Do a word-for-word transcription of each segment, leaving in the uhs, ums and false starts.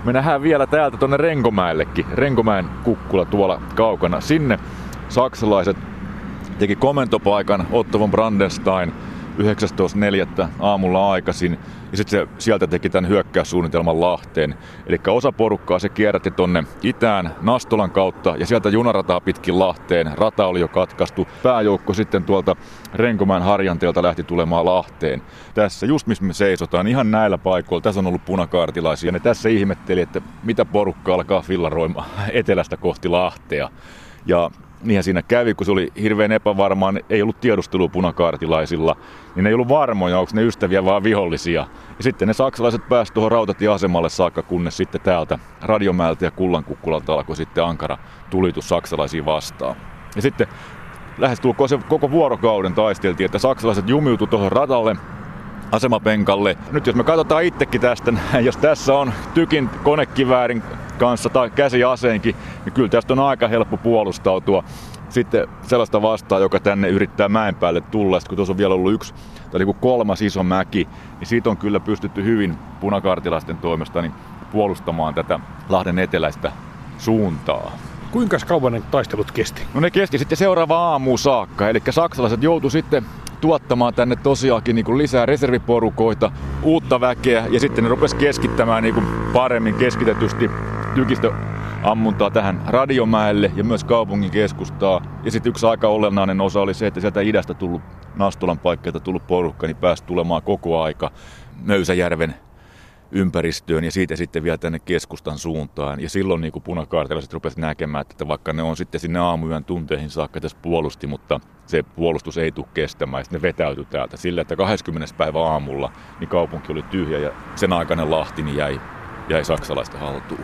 Me nähdään vielä täältä tonne Renkomäellekin. Renkomäen kukkula tuolla kaukana. Sinne saksalaiset teki komentopaikan Otto von Brandenstein yhdeksästoista neljättä aamulla aikaisin. Ja sitten se sieltä teki tämän hyökkäyssuunnitelman Lahteen. Eli osa porukkaa se kierrätti tonne itään Nastolan kautta ja sieltä junarataa pitkin Lahteen. Rata oli jo katkaistu. Pääjoukko sitten tuolta Renkomäen harjanteelta lähti tulemaan Lahteen. Tässä just missä me seisotaan, ihan näillä paikoilla. Tässä on ollut punakaartilaisia. Ne tässä ihmetteli, että mitä porukka alkaa fillaroimaan etelästä kohti Lahtea. Ja niinhän siinä kävi, kun se oli hirveän epävarmaa, ei ollut tiedustelua punakaartilaisilla, niin ne ei ollut varmoja, onko ne ystäviä vai vihollisia. Ja sitten ne saksalaiset pääsivät tuohon rautatieasemalle saakka, kunnes sitten täältä Radiomäeltä ja Kullankukkulalta alkoi sitten ankara tulitus saksalaisia vastaan. Ja sitten lähestulkoon se koko vuorokauden taisteltiin, että saksalaiset jumiutui tuohon radalle, asemapenkalle. Nyt jos me katsotaan itsekin tästä, jos tässä on tykin konekiväärin kanssa tai käsiaseenkin, niin kyllä tästä on aika helppo puolustautua. Sitten sellaista vastaan, joka tänne yrittää mäen päälle tulla. Sitten kun tuossa on vielä ollut yksi tai niin kolmas iso mäki, niin siitä on kyllä pystytty hyvin punakaartilaisten toimesta niin puolustamaan tätä Lahden eteläistä suuntaa. Kuinka kauan ne taistelut kesti? No ne kesti sitten seuraavaan aamuun saakka. Eli saksalaiset joutu sitten tuottamaan tänne tosiaankin niin kuin lisää reserviporukoita, uutta väkeä ja sitten ne rupesi keskittämään niin kuin paremmin keskitetysti tykistöammuntaa tähän Radiomäelle ja myös kaupungin keskustaa. Ja sitten yksi aika olennainen osa oli se, että sieltä idästä tullut Nastolan paikkeilta tullut porukka niin pääsi tulemaan koko aika Möysäjärven ympäristöön ja siitä sitten vielä tänne keskustan suuntaan. Ja silloin niin kuin punakaartilaiset rupesivat näkemään, että vaikka ne on sitten sinne aamuyön tunteihin saakka tässä puolusti, mutta se puolustus ei tule kestämään. Ja sitten ne vetäytyi täältä sillä, että kahdeskymmenes päivä aamulla niin kaupunki oli tyhjä ja sen aikainen Lahti niin jäi, jäi saksalaisten haltuun.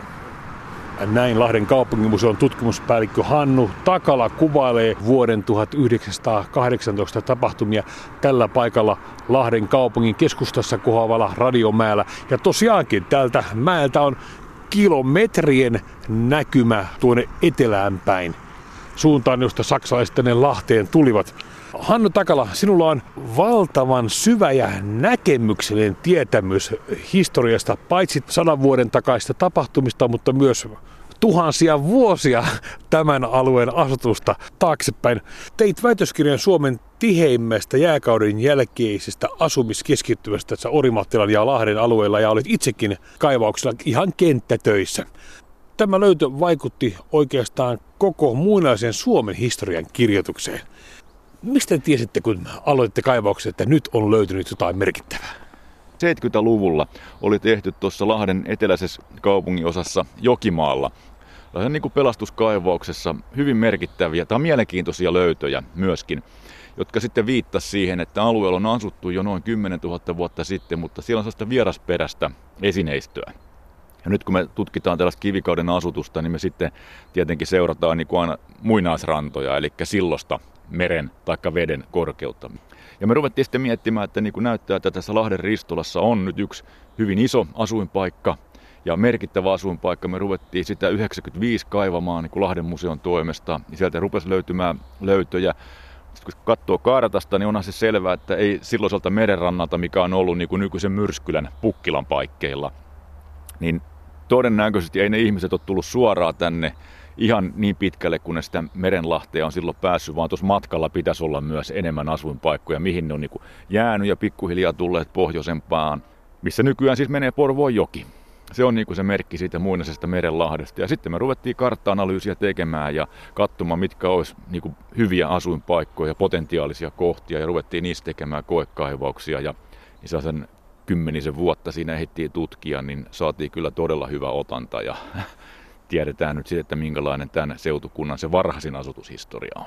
Näin Lahden kaupunginmuseon tutkimuspäällikkö Hannu Takala kuvailee vuoden tuhatyhdeksänsataakahdeksantoista tapahtumia tällä paikalla Lahden kaupungin keskustassa kohoavalla Radiomäellä. Ja tosiaankin tältä mäeltä on kilometrien näkymä tuonne etelään päin, suuntaan josta saksalaiset tänne Lahteen tulivat. Hannu Takala, sinulla on valtavan syvä ja näkemyksellinen tietämys historiasta, paitsi sadan vuoden takaista tapahtumista, mutta myös tuhansia vuosia tämän alueen asutusta taaksepäin. Teit väitöskirjan Suomen tiheimmästä jääkauden jälkeisestä asumiskeskittymästä tässä Orimattilan ja Lahden alueella ja olit itsekin kaivauksella ihan kenttätöissä. Tämä löytö vaikutti oikeastaan koko muinaisen Suomen historian kirjoitukseen. Mistä tiesitte, kun aloititte kaivauksen, että nyt on löytynyt jotain merkittävää? seitsemänkymmentäluvulla oli tehty tuossa Lahden eteläisessä kaupunginosassa Jokimaalla. Lahden niin kuin pelastuskaivauksessa hyvin merkittäviä tai mielenkiintoisia löytöjä myöskin, jotka sitten viittasivat siihen, että alueella on asuttu jo noin kymmenentuhatta vuotta sitten, mutta siellä on sellaista vierasperäistä esineistöä. Ja nyt kun me tutkitaan tällaista kivikauden asutusta, niin me sitten tietenkin seurataan niin kuin aina muinaisrantoja, eli sillosta meren tai veden korkeutta. Ja me ruvettiin sitten miettimään, että niin kuin näyttää, että tässä Lahden Ristolassa on nyt yksi hyvin iso asuinpaikka ja merkittävä asuinpaikka. Me ruvettiin sitä yhdeksänkymmentäviisi kaivamaan niin kuin Lahden museon toimesta ja sieltä rupesi löytymään löytöjä. Sitten kun katsoo kartasta, niin onhan se selvää, että ei silloiselta merenrannalta, mikä on ollut niin kuin nykyisen Myrskylän Pukkilan paikkeilla, niin todennäköisesti ei ne ihmiset ole tullut suoraan tänne ihan niin pitkälle, kun ne sitä merenlahtea on silloin päässyt, vaan tuossa matkalla pitäisi olla myös enemmän asuinpaikkoja, mihin ne on niin kuin jäänyt ja pikkuhiljaa tulleet pohjoisempaan, missä nykyään siis menee Porvoon joki. Se on niin kuin se merkki siitä muinaisesta merenlahdesta. Ja sitten me ruvettiin kartta-analyysiä tekemään ja katsomaan, mitkä olisi niin kuin hyviä asuinpaikkoja, potentiaalisia kohtia, ja ruvettiin niistä tekemään koekaivauksia. Ja sen kymmenisen vuotta siinä ehdittiin tutkia, niin saatiin kyllä todella hyvä otanta. Ja tiedetään nyt sitten, että minkälainen tämän seutukunnan se varhaisin asutushistoria on.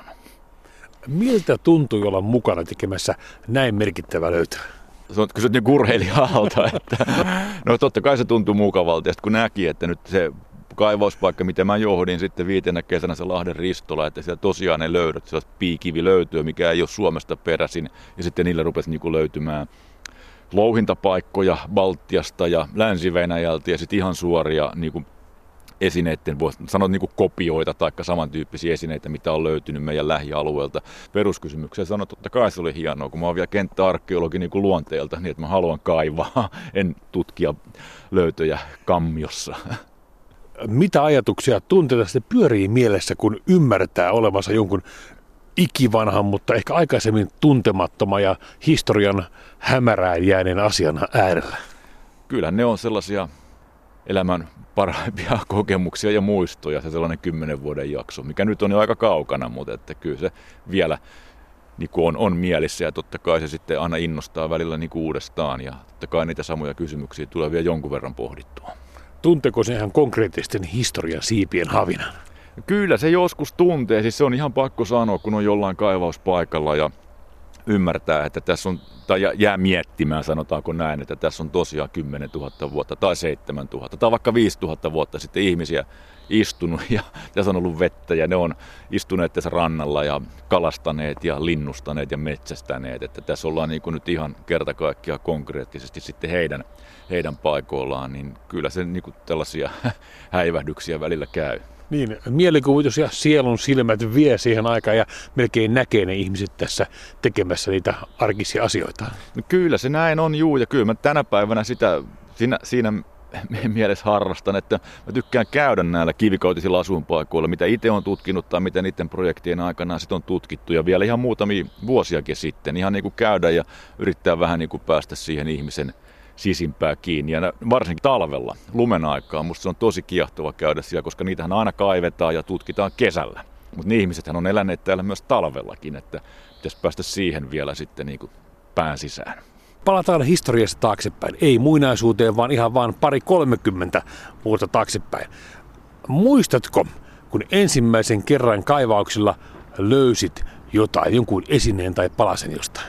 Miltä tuntui olla mukana tekemässä näin merkittävä löytö? Se on kysyt niin urheilijalta, että no totta kai se tuntui mukavalta. Ja sitten kun näki, että nyt se kaivauspaikka, mitä mä johdin sitten viitenä kesänä se Lahden Ristola, että siellä tosiaan ne löydöt, sellaista piikivilöytöä, mikä ei ole Suomesta peräisin. Ja sitten niillä rupesi niin kuin löytymään louhintapaikkoja Baltiasta ja Länsi-Venäjältä ja sitten ihan suoria niin kuin esineiden, voisi sanoa niin kuin kopioita tai samantyyppisiä esineitä, mitä on löytynyt meidän lähialueelta. Peruskysymykseen sanoin, että totta kai se oli hienoa, kun mä oon vielä kenttäarkeologi niin kuin luonteelta, niin että mä haluan kaivaa, en tutkia löytöjä kammiossa. Mitä ajatuksia, tunteita sitten pyörii mielessä, kun ymmärtää olevansa jonkun ikivanhan, mutta ehkä aikaisemmin tuntemattoman ja historian hämärään jääneen asian äärellä? Kyllä ne on sellaisia elämän parhaimpia kokemuksia ja muistoja, se sellainen kymmenen vuoden jakso, mikä nyt on jo aika kaukana, mutta että kyllä se vielä niin kuin on, on mielissä ja totta kai se sitten aina innostaa välillä niin kuin uudestaan ja totta kai niitä samoja kysymyksiä tulee vielä jonkun verran pohdittua. Tunteeko se ihan konkreettisten historian siipien havinan? Kyllä se joskus tuntee, siis se on ihan pakko sanoa, kun on jollain kaivauspaikalla ja ymmärtää, että tässä on, tai jää miettimään, sanotaanko näin, että tässä on tosiaan kymmenen tuhatta vuotta tai seitsemän tuhatta tai vaikka viisi tuhatta vuotta sitten ihmisiä istunut ja tässä on ollut vettä ja ne on istuneet tässä rannalla ja kalastaneet ja linnustaneet ja metsästäneet, että tässä ollaan niin kuin nyt ihan kerta kaikkiaan konkreettisesti sitten heidän, heidän paikoillaan, niin kyllä se niin kuin tällaisia häivähdyksiä välillä käy. Niin, mielikuvitus ja sielun silmät vie siihen aikaan ja melkein näkee ne ihmiset tässä tekemässä niitä arkisia asioita. No kyllä se näin on, juu, ja kyllä mä tänä päivänä sitä siinä, siinä mielessä harrastan, että mä tykkään käydä näillä kivikautisilla asuinpaikoilla, mitä itse on tutkinut tai mitä niiden projektien aikana sit on tutkittu ja vielä ihan muutamia vuosiakin sitten, ihan niin kuin käydä ja yrittää vähän niin kuin päästä siihen ihmisen sisimpää kiinni ja varsinkin talvella, lumen aikaa. Musta se on tosi kiehtova käydä siellä, koska niitähän aina kaivetaan ja tutkitaan kesällä. Mutta ne ihmisethän on eläneet täällä myös talvellakin, että pitäisi päästä siihen vielä sitten niin kuin pään sisään. Palataan historiassa taaksepäin, ei muinaisuuteen, vaan ihan vaan pari kolmekymmentä vuotta taaksepäin. Muistatko, kun ensimmäisen kerran kaivauksilla löysit jotain, jonkun esineen tai palasen jostain?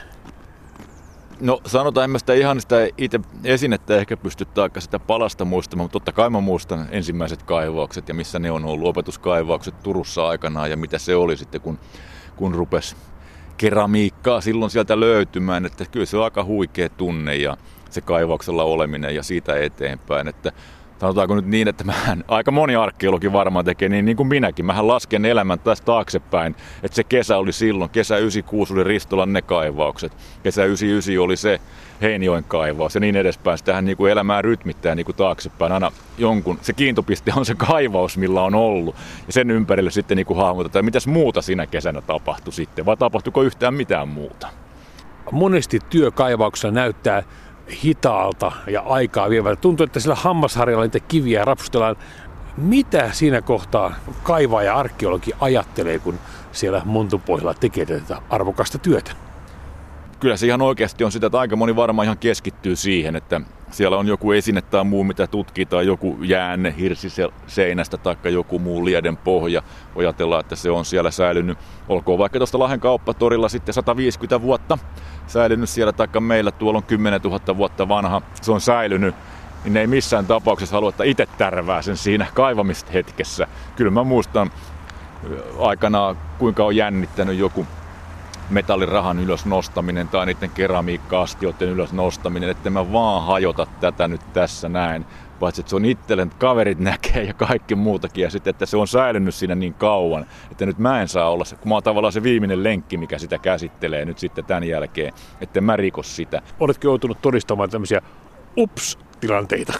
No sanotaan, en mä sitä ihan sitä itse esinettä ehkä pysty taikka sitä palasta muistamaan, mutta totta kai mä muistan ensimmäiset kaivaukset ja missä ne on ollut, opetuskaivaukset Turussa aikanaan ja mitä se oli sitten, kun, kun rupesi keramiikkaa silloin sieltä löytymään, että kyllä se on aika huikea tunne ja se kaivauksella oleminen ja siitä eteenpäin, että sanotaanko nyt niin, että mähän, aika moni arkeologi varmaan tekee niin, niin kuin minäkin. Mähän lasken elämän tästä taaksepäin, että se kesä oli silloin. Kesä yhdeksänkymmentäkuusi oli Ristolan ne kaivaukset. Kesä yhdeksänkymmentäyhdeksän oli se Heinjoen kaivaus ja niin edespäin. Sitähän niin kuin elämää rytmittää niin kuin taaksepäin. Aina jonkun, se kiintopiste on se kaivaus, millä on ollut. Ja sen ympärille sitten niin kuin hahmotetaan, mitäs muuta siinä kesänä tapahtui sitten. Vai tapahtuiko yhtään mitään muuta? Monesti työkaivauksella näyttää hitaalta ja aikaa vievältä. Tuntuu, että sillä hammasharjalla niitä kiviä rapsutellaan. Mitä siinä kohtaa kaivaa ja arkeologi ajattelee, kun siellä Montupohjalla tekee tätä arvokasta työtä? Kyllä se ihan oikeasti on sitä, että aika moni varmaan ihan keskittyy siihen, että siellä on joku esine tai muu, mitä tutkii, tai joku jäänne hirsiseinästä tai joku muu lieden pohja. Voi ajatella, että se on siellä säilynyt, olkoon vaikka tuosta Lahden kauppatorilla sitten sata viisikymmentä vuotta säilynyt siellä, taikka meillä tuolla on kymmenen tuhatta vuotta vanha, se on säilynyt, niin ne ei missään tapauksessa halua, että itse tärvää sen siinä kaivamishetkessä. Kyllä mä muistan aikanaan, kuinka on jännittänyt joku metallirahan ylös nostaminen tai niiden keramiikka-astioiden ylös nostaminen, että mä vaan hajota tätä nyt tässä näin. Paitsi että se on itsellen, kaverit näkee ja kaikki muutakin ja sitten, että se on säilynyt siinä niin kauan, että nyt mä en saa olla se, kun mä oon tavallaan se viimeinen lenkki, mikä sitä käsittelee nyt sitten tämän jälkeen, että mä riko sitä. Oletko joutunut todistamaan tämmöisiä ups-tilanteita?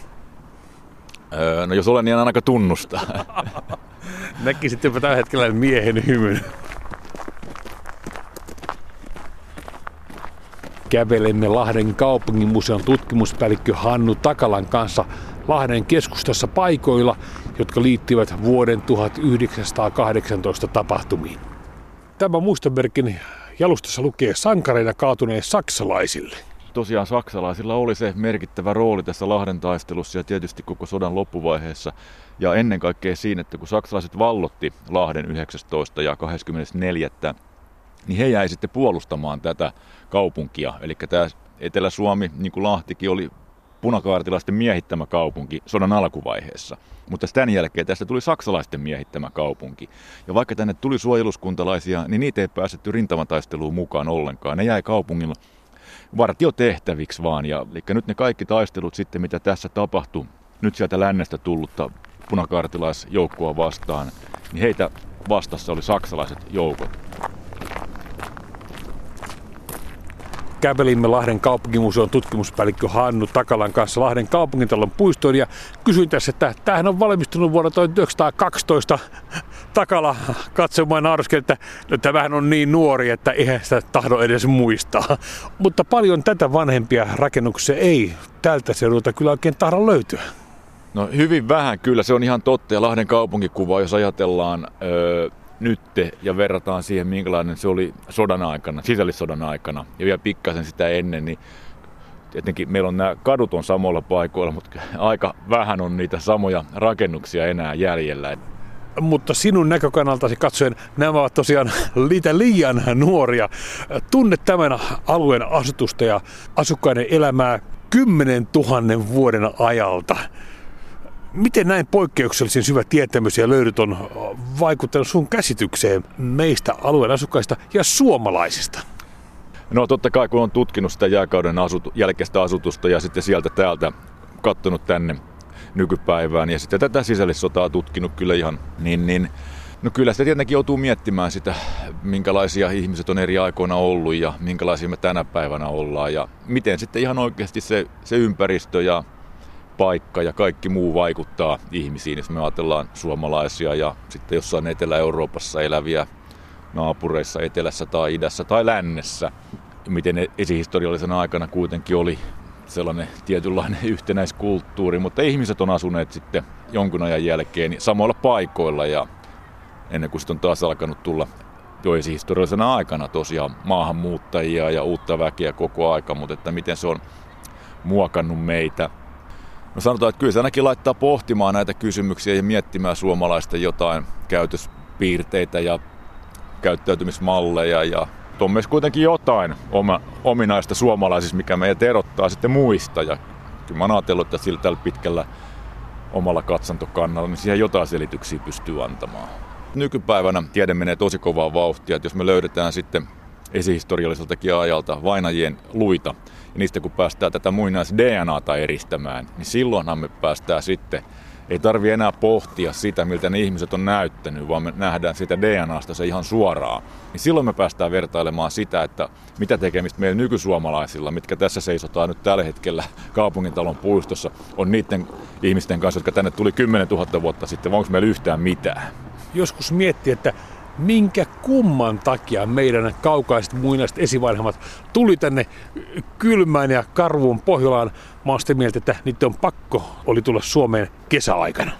Öö, no jos olen, niin en ainakaan tunnustaa. Näkisit jopa tällä hetkellä miehen hymyn. Kävelemme Lahden kaupunginmuseon tutkimuspäällikkö Hannu Takalan kanssa Lahden keskustassa paikoilla, jotka liittyvät vuoden tuhatyhdeksänsataakahdeksantoista tapahtumiin. Tämä muistomerkin jalustassa lukee sankareina kaatuneen saksalaisille. Tosiaan saksalaisilla oli se merkittävä rooli tässä Lahden taistelussa ja tietysti koko sodan loppuvaiheessa. Ja ennen kaikkea siinä, että kun saksalaiset vallotti Lahden yhdeksästoista ja kahdeskymmenesneljäs niin he jäi sitten puolustamaan tätä kaupunkia. Eli tämä Etelä-Suomi, niin kuin Lahtikin, oli punakaartilaisten miehittämä kaupunki sodan alkuvaiheessa. Mutta tämän jälkeen tästä tuli saksalaisten miehittämä kaupunki. Ja vaikka tänne tuli suojeluskuntalaisia, niin niitä ei päästetty rintamataisteluun mukaan ollenkaan. Ne jäi kaupungilla vartiotehtäviksi vaan. Ja, eli nyt ne kaikki taistelut sitten, mitä tässä tapahtui, nyt sieltä lännestä tullutta punakaartilaisjoukkoa vastaan, niin heitä vastassa oli saksalaiset joukot. Kävelimme Lahden kaupunkimuseon tutkimuspäällikkö Hannu Takalan kanssa Lahden kaupungintalon puistoon ja kysyin tässä, että tämähän on valmistunut vuonna tuhatyhdeksänsataakaksitoista. Takala katsomaan nauraskeli, että no, tämähän on niin nuori, että eihän sitä tahdo edes muistaa. Mutta paljon tätä vanhempia rakennuksia ei tältä seudulta kyllä oikein tahdo löytyä. No hyvin vähän kyllä, se on ihan totta. Ja Lahden kaupunkikuva, jos ajatellaan öö, nytte ja verrataan siihen, minkälainen se oli sodan aikana, sisällissodan aikana ja vielä pikkasen sitä ennen, niin tietenkin meillä on nämä kadut on samoilla paikoilla, mutta aika vähän on niitä samoja rakennuksia enää jäljellä. Mutta sinun näkökannaltasi katsoen nämä ovat tosiaan liitä liian nuoria. Tunnet tämän alueen asutusta ja asukkaiden elämää kymmenen tuhannen vuoden ajalta. Miten näin poikkeuksellisen syvä tietämys ja löydöt on vaikuttanut sun käsitykseen meistä alueen asukkaista ja suomalaisista? No totta kai, kun on tutkinut sitä jääkauden asutu, jälkeistä asutusta ja sitten sieltä täältä katsonut tänne nykypäivään ja sitten tätä sisällissotaa tutkinut kyllä ihan, niin, niin no kyllä sitä tietenkin joutuu miettimään sitä, minkälaisia ihmiset on eri aikoina ollut ja minkälaisia me tänä päivänä ollaan ja miten sitten ihan oikeasti se, se ympäristö ja paikka ja kaikki muu vaikuttaa ihmisiin, jos me ajatellaan suomalaisia ja sitten jossain Etelä-Euroopassa eläviä naapureissa etelässä tai idässä tai lännessä. Miten esihistoriallisena aikana kuitenkin oli sellainen tietynlainen yhtenäiskulttuuri, mutta ihmiset on asuneet sitten jonkun ajan jälkeen samoilla paikoilla ja ennen kuin sitten on taas alkanut tulla jo esihistoriallisena aikana tosiaan maahanmuuttajia ja uutta väkeä koko aika, mutta että miten se on muokannut meitä. No sanotaan, että kyllä se ainakin laittaa pohtimaan näitä kysymyksiä ja miettimään suomalaisten jotain käytöspiirteitä ja käyttäytymismalleja ja on myös kuitenkin jotain oma, ominaista suomalaisissa, mikä meidät erottaa sitten muista. Ja kyllä mä oon ajatellut, että sillä tällä pitkällä omalla katsantokannalla, niin siihen jotain selityksiä pystyy antamaan. Nykypäivänä tiede menee tosi kovaa vauhtia, että jos me löydetään sitten esihistorialliseltakin ajalta vainajien luita, ja niistä kun päästään tätä muinais-D N A:ta eristämään, niin silloinhan me päästään sitten, ei tarvitse enää pohtia sitä, miltä ne ihmiset on näyttänyt, vaan me nähdään sitä D N A:sta se ihan suoraan. Niin silloin me päästään vertailemaan sitä, että mitä tekemistä meillä nykysuomalaisilla, mitkä tässä seisotaan nyt tällä hetkellä kaupungintalon puistossa, on niiden ihmisten kanssa, jotka tänne tuli kymmenen tuhatta vuotta sitten, vai onko meillä yhtään mitään? Joskus miettii, että minkä kumman takia meidän kaukaiset muinaiset esivanhemmat tuli tänne kylmään ja karvuun Pohjolaan. Mä oon sitä mieltä, että niiden on pakko oli tulla Suomeen kesäaikana.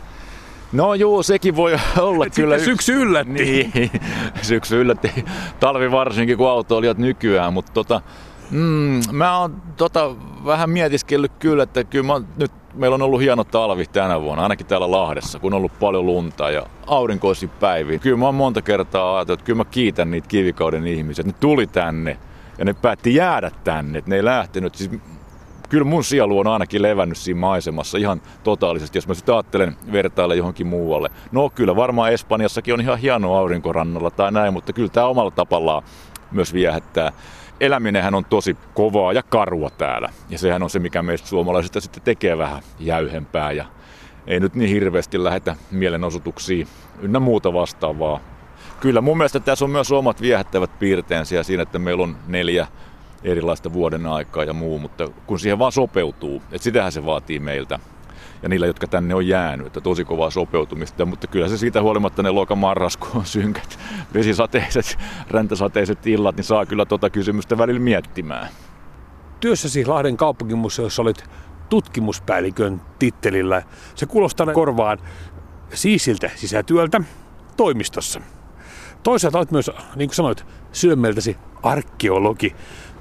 No joo, sekin voi olla sitten kyllä. Syksy yllätti. Niin, syksy yllätti. Talvi varsinkin, kun autoilijat nykyään. Mutta tota, mm, mä oon tota, vähän mietiskellyt kyllä, että kyllä mä, nyt meillä on ollut hieno talvi tänä vuonna, ainakin täällä Lahdessa, kun on ollut paljon lunta ja aurinkoisia päiviä. Kyllä mä oon monta kertaa ajatellut, että kyllä mä kiitän niitä kivikauden ihmisiä, että ne tuli tänne ja ne päätti jäädä tänne, että ne ei lähtenyt. Siis, kyllä mun sielu on ainakin levännyt siinä maisemassa ihan totaalisesti, jos mä sitä ajattelen vertailla johonkin muualle. No kyllä varmaan Espanjassakin on ihan hieno aurinkorannalla tai näin, mutta kyllä tää omalla tapallaan myös viehättää. Eläminenhän on tosi kovaa ja karua täällä. Ja sehän on se, mikä meistä suomalaisista sitten tekee vähän jäyhempää. Ja ei nyt niin hirveästi lähetä mielenosoituksiin ynnä muuta vastaavaa. Kyllä mun mielestä tässä on myös omat viehättävät piirteensä siinä, että meillä on neljä erilaista vuoden aikaa ja muu. Mutta kun siihen vaan sopeutuu, että sitähän se vaatii meiltä. Ja niillä, jotka tänne on jäänyt, että tosi kovaa sopeutumista. Mutta kyllä se siitä huolimatta ne loka-marraskuun synkät, vesisateiset, räntäsateiset illat, niin saa kyllä tuota kysymystä välillä miettimään. Työssäsi Lahden kaupunkimuseossa olit tutkimuspäällikön tittelillä. Se kuulostaa korvaan siisiltä sisätyöltä toimistossa. Toisaalta olet myös, niin kuin sanoit, sydämeltäsi arkeologi.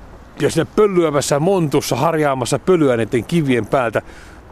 Ja siinä pölyävässä montussa harjaamassa pölyä näiden kivien päältä.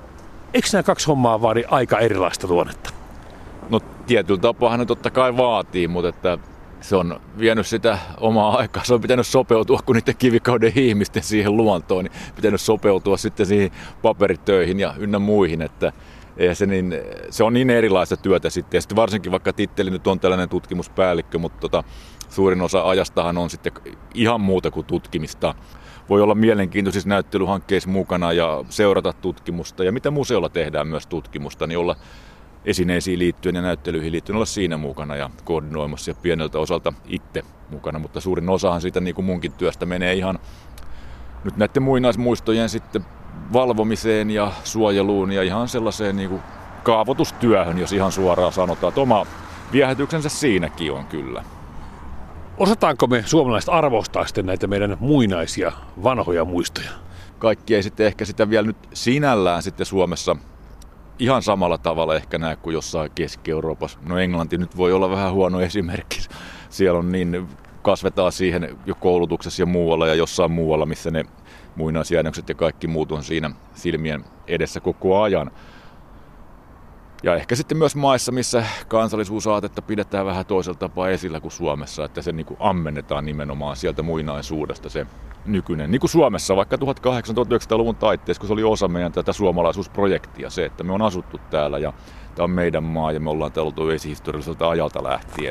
Eikö nämä kaksi hommaa vaadi aika erilaista luonnetta? No tietyllä tapaa ne totta kai vaatii, mutta että se on vienyt sitä omaa aikaa. Se on pitänyt sopeutua, kun niiden kivikauden ihmisten siihen luontoon, niin pitänyt sopeutua sitten siihen paperitöihin ja ynnä muihin. Että se, niin, se on niin erilaista työtä sitten. Ja sitten varsinkin vaikka titteli nyt on tällainen tutkimuspäällikkö, mutta tota, suurin osa ajastahan on sitten ihan muuta kuin tutkimista. Voi olla mielenkiintoisissa näyttelyhankkeissa mukana ja seurata tutkimusta ja mitä museolla tehdään myös tutkimusta, niin olla esineisiin liittyen ja näyttelyihin liittyen olla siinä mukana ja koordinoimassa ja pieneltä osalta itse mukana, mutta suurin osahan siitä niin kuin munkin työstä menee ihan nyt näiden muinaismuistojen sitten valvomiseen ja suojeluun ja ihan sellaiseen niin kuin kaavoitustyöhön, jos ihan suoraan sanotaan, että oma viehätyksensä siinäkin on kyllä. Osataanko me suomalaiset arvostaa sitten näitä meidän muinaisia vanhoja muistoja? Kaikki ei sitten ehkä sitä vielä nyt sinällään sitten Suomessa ihan samalla tavalla ehkä näe kuin jossain Keski-Euroopassa. No Englanti nyt voi olla vähän huono esimerkki. Siellä on niin, kasvetaan siihen jo koulutuksessa ja muualla ja jossain muualla, missä ne muinaisjäännökset ja kaikki muut on siinä silmien edessä koko ajan. Ja ehkä sitten myös maissa, missä kansallisuusaatetta pidetään vähän toisella tapaa esillä kuin Suomessa, että se niin kuin ammennetaan nimenomaan sieltä muinaisuudesta se nykyinen. Niin kuin Suomessa vaikka tuhatkahdeksansataa-tuhatyhdeksänsataaluvun taitteessa, kun se oli osa meidän tätä suomalaisuusprojektia, se, että me on asuttu täällä ja tämä on meidän maa ja me ollaan täällä oltu esihistorialliselta ajalta lähtien.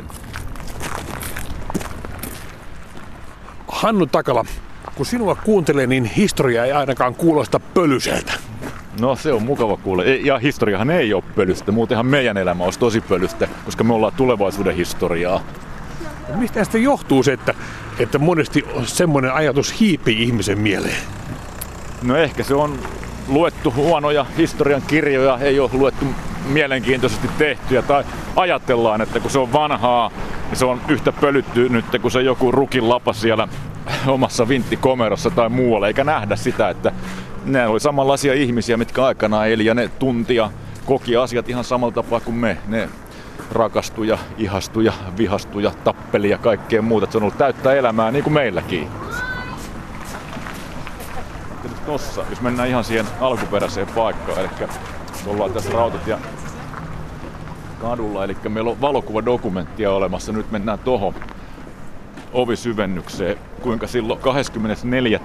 Hannu Takala, kun sinua kuuntelee, niin historia ei ainakaan kuulosta pölyseltä. No se on mukava kuulla. Ja historiahan ei ole pölystä. Muutenhan meidän elämä olisi tosi pölystä, koska me ollaan tulevaisuuden historiaa. Mistä sitten johtuu se, että, että monesti semmoinen ajatus hiipii ihmisen mieleen? No ehkä se on luettu huonoja historian kirjoja, ei ole luettu mielenkiintoisesti tehtyjä. Tai ajatellaan, että kun se on vanhaa, niin se on yhtä pölyttynyt kuin se joku rukin lapa siellä omassa vinttikomerossa tai muualla. Eikä nähdä sitä, että ne oli samanlaisia ihmisiä, mitkä aikanaan eli ja ne tuntia koki asiat ihan samalla tapaa kuin me. Ne rakastui ja ihastui ja vihastui ja tappeli ja kaikkea muuta. Se on ollut täyttää elämää niin kuin meilläkin. Tossa, jos mennään ihan siihen alkuperäiseen paikkaan, eli ollaan tässä Rautatie kadulla, eli meillä on valokuvadokumenttia olemassa. Nyt mennään tohon ovisyvennykseen, kuinka silloin kahdeskymmenesneljäs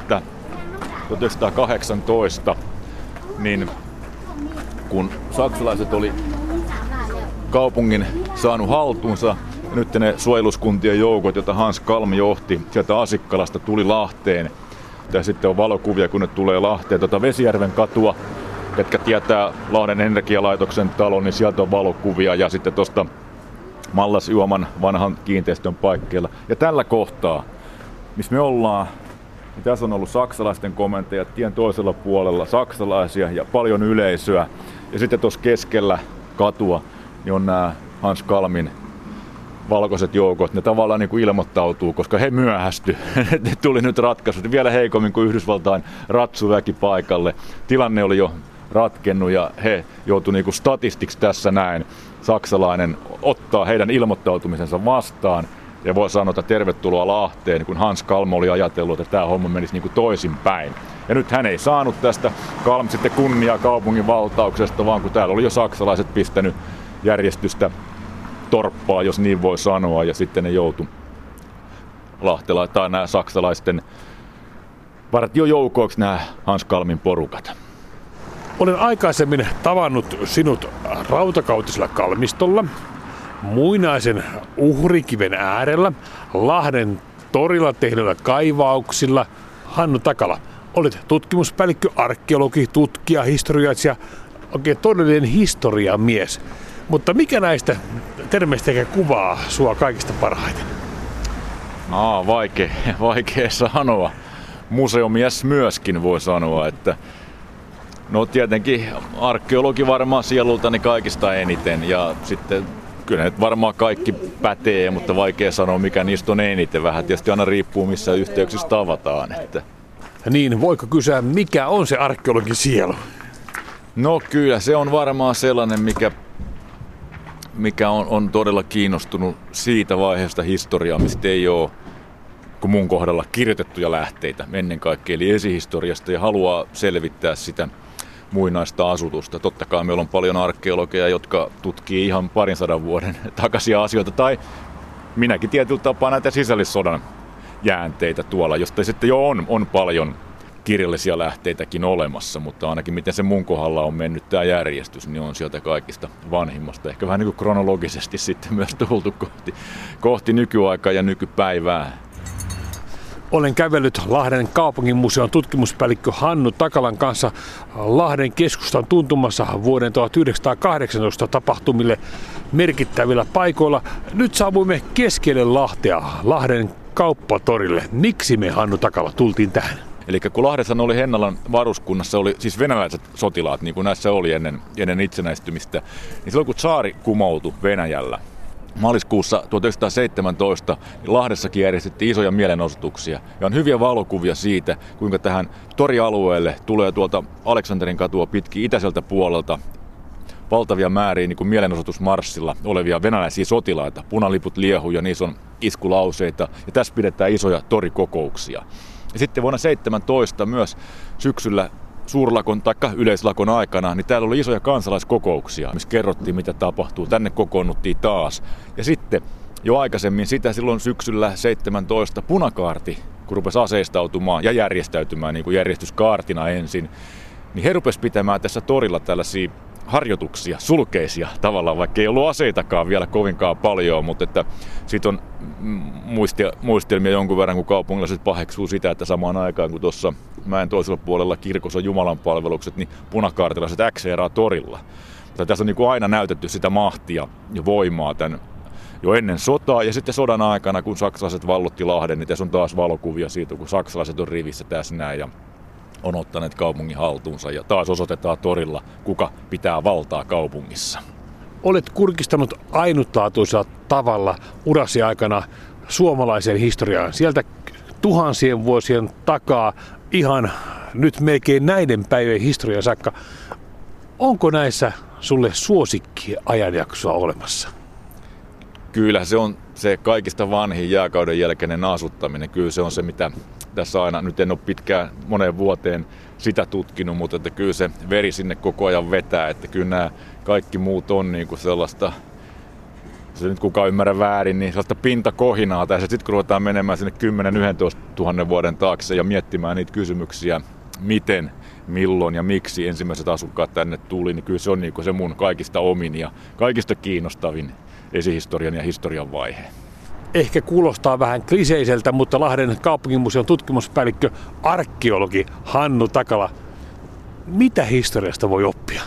tuhatyhdeksänsataakahdeksantoista, niin kun saksalaiset oli kaupungin saanut haltuunsa, ja nyt ne suojeluskuntien joukot, joita Hans Kalm johti, sieltä Asikkalasta tuli Lahteen. Ja sitten on valokuvia, kun ne tulee Lahteen tuota Vesijärven katua, ketkä tietää Lahden energialaitoksen talon, niin sieltä on valokuvia, ja sitten tuosta Mallasjuoman vanhan kiinteistön paikkeilla. Ja tällä kohtaa, missä me ollaan, niin tässä on ollut saksalaisten komentajat, tien toisella puolella saksalaisia ja paljon yleisöä. Ja sitten tuossa keskellä katua niin on nämä Hans Kalmin valkoiset joukot. Ne tavallaan niin kuin ilmoittautuu, koska he myöhästy. Ne tuli nyt ratkaisut vielä heikommin kuin Yhdysvaltain ratsuväki paikalle. Tilanne oli jo ratkennut ja he joutuivat niin kuin statistiksi tässä näin. Saksalainen ottaa heidän ilmoittautumisensa vastaan. Ja voi sanoa, että tervetuloa Lahteen, kun Hans Kalm oli ajatellut, että tämä homma menisi niin kuin toisinpäin. Ja nyt hän ei saanut tästä Kalm sitten kunniaa kaupungin valtauksesta, vaan kun täällä oli jo saksalaiset pistänyt järjestystä torppaa, jos niin voi sanoa, ja sitten ne joutui Lahtela tai nämä saksalaisten vartiojoukoiksi nämä Hans Kalmin porukat. Olen aikaisemmin tavannut sinut Rautakautisella kalmistolla, muinaisen uhrikiven äärellä, Lahden torilla tehdyillä kaivauksilla. Hannu Takala, olet tutkimuspäällikkö, arkeologi, tutkija, historiaitsija, oikein todellinen historiamies. Mutta mikä näistä termeistä kuvaa sua kaikista parhaiten? Aa, vaikea, vaikea sanoa. Museumies myöskin voi sanoa, että no tietenkin arkeologi varmaan sielultani kaikista eniten ja sitten kyllä nyt varmaan kaikki pätee, mutta vaikea sanoa mikä niistä on eniten. Vähän tietysti aina riippuu missä yhteyksissä tavataan. Että. Niin, voiko kysyä mikä on se arkeologin sielu? No kyllä se on varmaan sellainen mikä, mikä on, on todella kiinnostunut siitä vaiheesta historiaa, mistä ei ole kuin mun kohdalla kirjoitettuja lähteitä ennen kaikkea, eli esihistoriasta ja haluaa selvittää sitä muinaista asutusta. Totta kai meillä on paljon arkeologeja, jotka tutkii ihan parin sadan vuoden takaisia asioita, tai minäkin tietyllä tapaa näitä sisällissodan jäänteitä tuolla, josta sitten jo on, on paljon kirjallisia lähteitäkin olemassa, mutta ainakin miten se mun kohdalla on mennyt tämä järjestys, niin on sieltä kaikista vanhimmasta. Ehkä vähän niin kuin kronologisesti sitten myös tultu kohti, kohti nykyaikaa ja nykypäivää. Olen kävellyt Lahden kaupunginmuseon tutkimuspäällikkö Hannu Takalan kanssa Lahden keskustan tuntumassa vuoden tuhatyhdeksänsataakahdeksantoista tapahtumille merkittävillä paikoilla. Nyt saavuimme keskelle Lahtea, Lahden kauppatorille. Miksi me, Hannu Takala, tultiin tähän? Eli kun Lahdessa oli Hennalan varuskunnassa, oli siis venäläiset sotilaat, niin kuin näissä oli ennen, ennen itsenäistymistä, niin silloin kun tsaari kumoutui Venäjällä, maaliskuussa tuhatyhdeksänsataaseitsemäntoista niin Lahdessakin järjestettiin isoja mielenosoituksia. Ja on hyviä valokuvia siitä, kuinka tähän torialueelle tulee tuolta Aleksanterin katua pitkin itäiseltä puolelta valtavia määriä niin kuin mielenosoitusmarssilla olevia venäläisiä sotilaita. Punaliput liehuu ja niissä on iskulauseita ja tässä pidetään isoja torikokouksia. Ja sitten vuonna seitsemäntoista myös syksyllä suurlakon tai yleislakon aikana, niin täällä oli isoja kansalaiskokouksia, missä kerrottiin, mitä tapahtuu. Tänne kokoonnuttiin taas. Ja sitten jo aikaisemmin sitä silloin syksyllä seitsemäntoista punakaarti, kun rupesi aseistautumaan ja järjestäytymään niin kuin järjestyskaartina ensin, niin he rupesi pitämään tässä torilla tällaisia harjoituksia, sulkeisia tavallaan, vaikka ei ollut aseitakaan vielä kovinkaan paljon, mutta että siitä on muistia, muistelmia jonkun verran, kun kaupungilaiset paheksuu sitä, että samaan aikaan kun tuossa mäen toisella puolella kirkossa on jumalanpalvelukset, niin punakaartilaiset äkseeraa torilla. Mutta tässä on niin kuin aina näytetty sitä mahtia ja voimaa tämän jo ennen sotaa ja sitten sodan aikana, kun saksalaiset vallotti Lahden, niin tässä on taas valokuvia siitä, kun saksalaiset on rivissä tässä näin ja on ottaneet kaupungin haltuunsa ja taas osoitetaan torilla, kuka pitää valtaa kaupungissa. Olet kurkistanut ainutlaatuisella tavalla urasi aikana suomalaisen historiaan. Sieltä tuhansien vuosien takaa ihan nyt melkein näiden päivien historian saakka. Onko näissä sulle suosikki ajanjaksoa olemassa? Kyllä se on se kaikista vanhin jääkauden jälkeinen asuttaminen. Kyllä se on se, mitä tässä aina, nyt en ole pitkään moneen vuoteen sitä tutkinut, mutta että kyllä se veri sinne koko ajan vetää, että kyllä nämä kaikki muut on niin kuin sellaista, se nyt kukaan ymmärrä väärin, niin sellaista pintakohinaa tässä. Sitten kun ruvetaan menemään sinne kymmenen yksitoista tuhannen vuoden taakse ja miettimään niitä kysymyksiä, miten, milloin ja miksi ensimmäiset asukkaat tänne tuli, niin kyllä se on niin kuin se mun kaikista omin ja kaikista kiinnostavin esihistorian ja historian vaihe. Ehkä kuulostaa vähän kliseiseltä, mutta Lahden kaupunginmuseon tutkimuspäällikkö, arkeologi Hannu Takala, mitä historiasta voi oppia?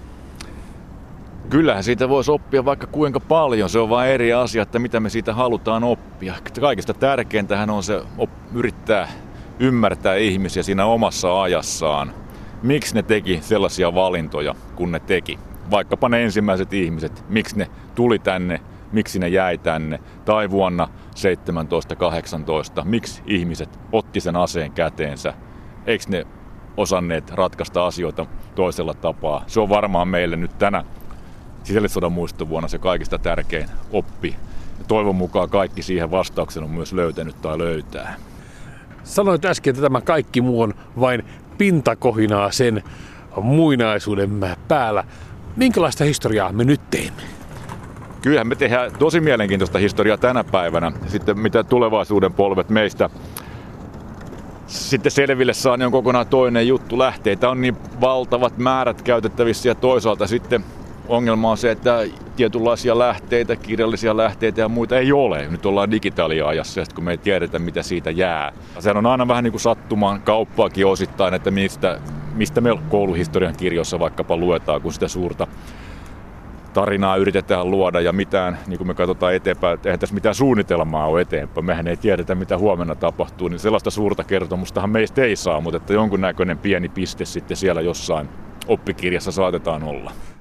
Kyllähän siitä voisi oppia vaikka kuinka paljon. Se on vain eri asia, että mitä me siitä halutaan oppia. Kaikista tärkeintähän on se yrittää ymmärtää ihmisiä siinä omassa ajassaan. Miksi ne teki sellaisia valintoja, kun ne teki? Vaikkapa ne ensimmäiset ihmiset, miksi ne tuli tänne, miksi ne jäi tänne, tai vuonna seitsemäntoista kahdeksantoista, miksi ihmiset otti sen aseen käteensä, eikö ne osanneet ratkaista asioita toisella tapaa. Se on varmaan meille nyt tänä sisällissodan muistovuonna se kaikista tärkein oppi. Ja toivon mukaan kaikki siihen vastauksen on myös löytänyt tai löytää. Sanoit äsken, että tämä kaikki muu on vain pintakohinaa sen muinaisuuden päällä. Minkälaista historiaa me nyt teemme? Kyllähän me tehdään tosi mielenkiintoista historiaa tänä päivänä. Sitten mitä tulevaisuuden polvet meistä sitten selville saa, niin on kokonaan toinen juttu. Lähteitä on niin valtavat määrät käytettävissä ja toisaalta sitten ongelma on se, että tietynlaisia lähteitä, kirjallisia lähteitä ja muita ei ole. Nyt ollaan digitaaliajassa ja sitten kun me ei tiedetä, mitä siitä jää. Sehän on aina vähän niin kuin sattumaan kauppaakin osittain, että mistä, mistä me kouluhistorian kirjoissa vaikkapa luetaan, kun sitä suurta tarinaa yritetään luoda ja mitään, niin kuin me katsotaan eteenpäin, että eihän tässä mitään suunnitelmaa ole eteenpäin. Mehän ei tiedetä, mitä huomenna tapahtuu, niin sellaista suurta kertomustahan meistä ei saa, mutta että jonkunnäköinen pieni piste sitten siellä jossain oppikirjassa saatetaan olla.